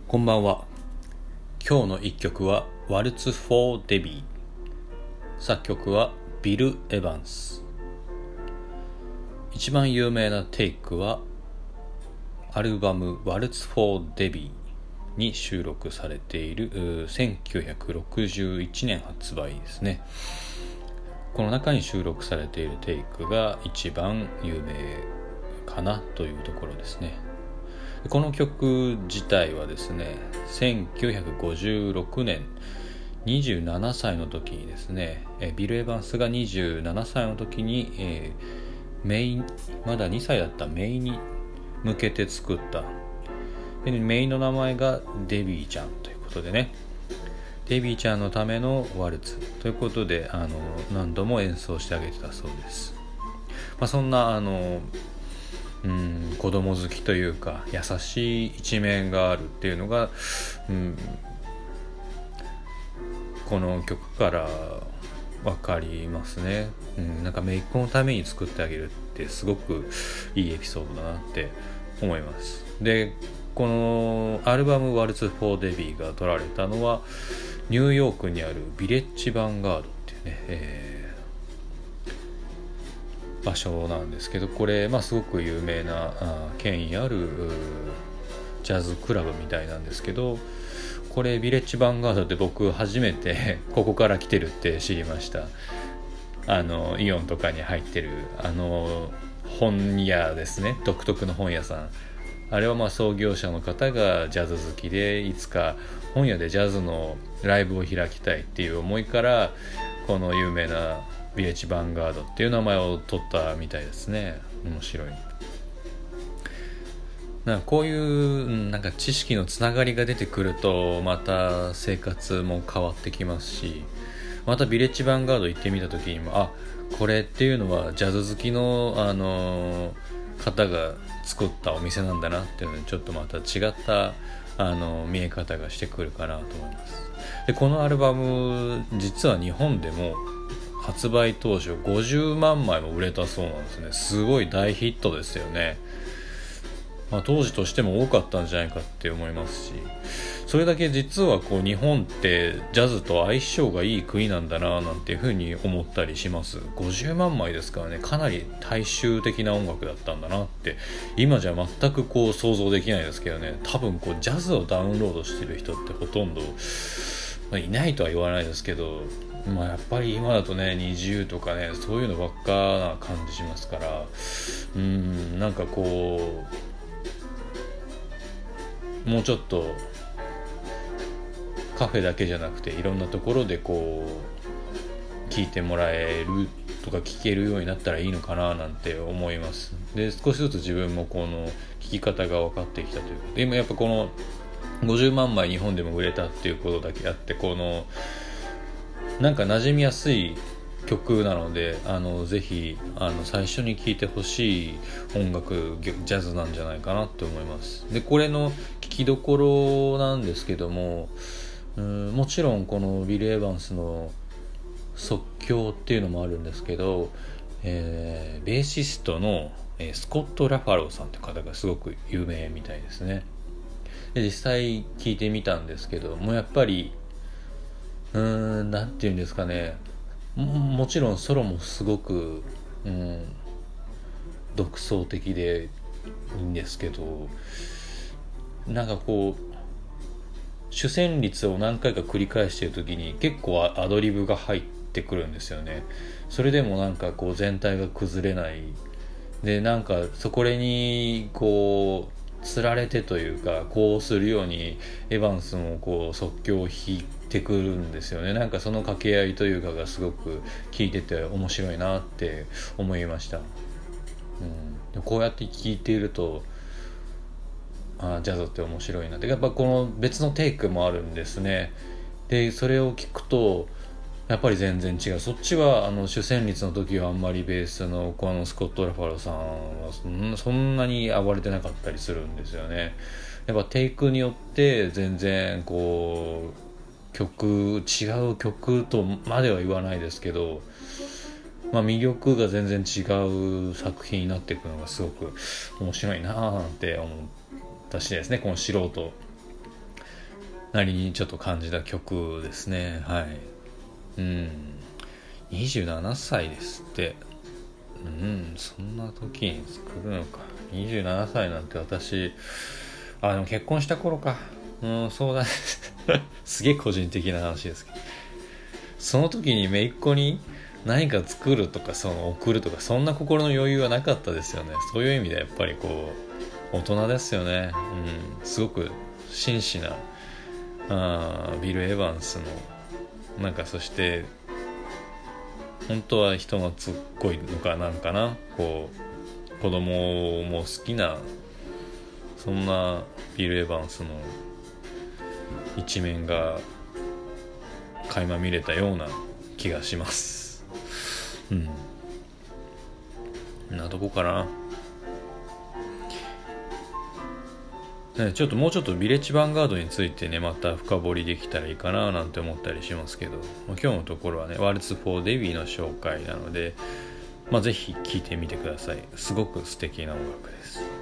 こんばんは。今日の一曲はワルツ・フォー・デビー。作曲はビル・エヴァンス。一番有名なテイクはアルバムワルツ・フォー・デビーに収録されている1961年発売ですね。この中に収録されているテイクが一番有名かなというところですね。この曲自体はですね、1956年27歳の時にですね、ビル・エヴァンスが27歳の時に、まだ2歳だったメイに向けて作った。でメイの名前がデビーちゃんということでね、デビーちゃんのためのワルツということで何度も演奏してあげてたそうです。そんな子供好きというか優しい一面があるっていうのが、この曲から分かりますね。なんか姪っ子のために作ってあげるってすごくいいエピソードだなって思います。でこのアルバムワルツ・フォー・デビーが撮られたのはニューヨークにあるビレッジ・ヴァンガードっていうね、場所なんですけど、これ、すごく有名な権威あるジャズクラブみたいなんですけど、これビレッジ・ヴァンガードって僕初めてここから来てるって知りました。イオンとかに入ってる本屋ですね、独特の本屋さん。あれは創業者の方がジャズ好きで、いつか本屋でジャズのライブを開きたいっていう思いからこの有名なビレッジ・ヴァンガードっていう名前を取ったみたいですね。面白い。こういうなんか知識のつながりが出てくるとまた生活も変わってきますし、またビレッジ・ヴァンガード行ってみた時にもこれっていうのはジャズ好きの方が作ったお店なんだなっていうので、ちょっとまた違った見え方がしてくるかなと思います。でこのアルバム実は日本でも発売当初50万枚も売れたそうなんですね。すごい大ヒットですよね。当時としても多かったんじゃないかって思いますし、それだけ実は日本ってジャズと相性がいい国なんだななんていうふうに思ったりします。50万枚ですからね、かなり大衆的な音楽だったんだなって今じゃ全く想像できないですけどね。多分ジャズをダウンロードしてる人ってほとんど、いないとは言わないですけど、やっぱり今だとね20とかね、そういうのばっかな感じしますから、なんかもうちょっとカフェだけじゃなくていろんなところで聴いてもらえるとか聴けるようになったらいいのかななんて思います。で少しずつ自分もこの聴き方が分かってきたというか、で今やっぱこの50万枚日本でも売れたっていうことだけあって、なんか馴染みやすい曲なのでぜひ最初に聴いてほしい音楽ジャズなんじゃないかなと思います。でこれの聴きどころなんですけども、もちろんこのビル・エヴァンスの即興っていうのもあるんですけど、ベーシストのスコット・ラファローさんって方がすごく有名みたいですね。で実際聴いてみたんですけども、やっぱりなんていうんですかね、もちろんソロもすごく、独創的でいいんですけど、なんか主旋律を何回か繰り返している時に結構アドリブが入ってくるんですよね。それでもなんか全体が崩れないで、なんかそこにつられてというかこうするようにエヴァンスも即興を弾いてくるんですよね。なんかその掛け合いというかがすごく聴いてて面白いなって思いました。こうやって聴いているとジャズって面白いなって、やっぱこの別のテイクもあるんですね。でそれを聞くとやっぱり全然違う。そっちは主旋律の時はあんまりベースのスコット・ラファロさんはそんなに暴れてなかったりするんですよね。やっぱテイクによって全然違う曲とまでは言わないですけど、魅力が全然違う作品になっていくのがすごく面白いなぁなんて思ったしですね。この素人なりにちょっと感じた曲ですね。はい。27歳ですって。そんな時に作るのか。27歳なんて私、でも結婚した頃か。そうだね。すげえ個人的な話ですけど。その時に姪っ子に何か作るとか、送るとか、そんな心の余裕はなかったですよね。そういう意味でやっぱりこう、大人ですよね。すごく真摯な、ビル・エヴァンスの、そして、本当は人がつっこいのかなんかな、こう子供も好きな、そんなビル・エヴァンスの一面が垣間見れたような気がします。なとこかな。ちょっともうちょっとヴィレッジヴァンガードについてね、また深掘りできたらいいかななんて思ったりしますけど、今日のところはね、ワルツ・フォー・デビーの紹介なので、ぜひ聴いてみてください。すごく素敵な音楽です。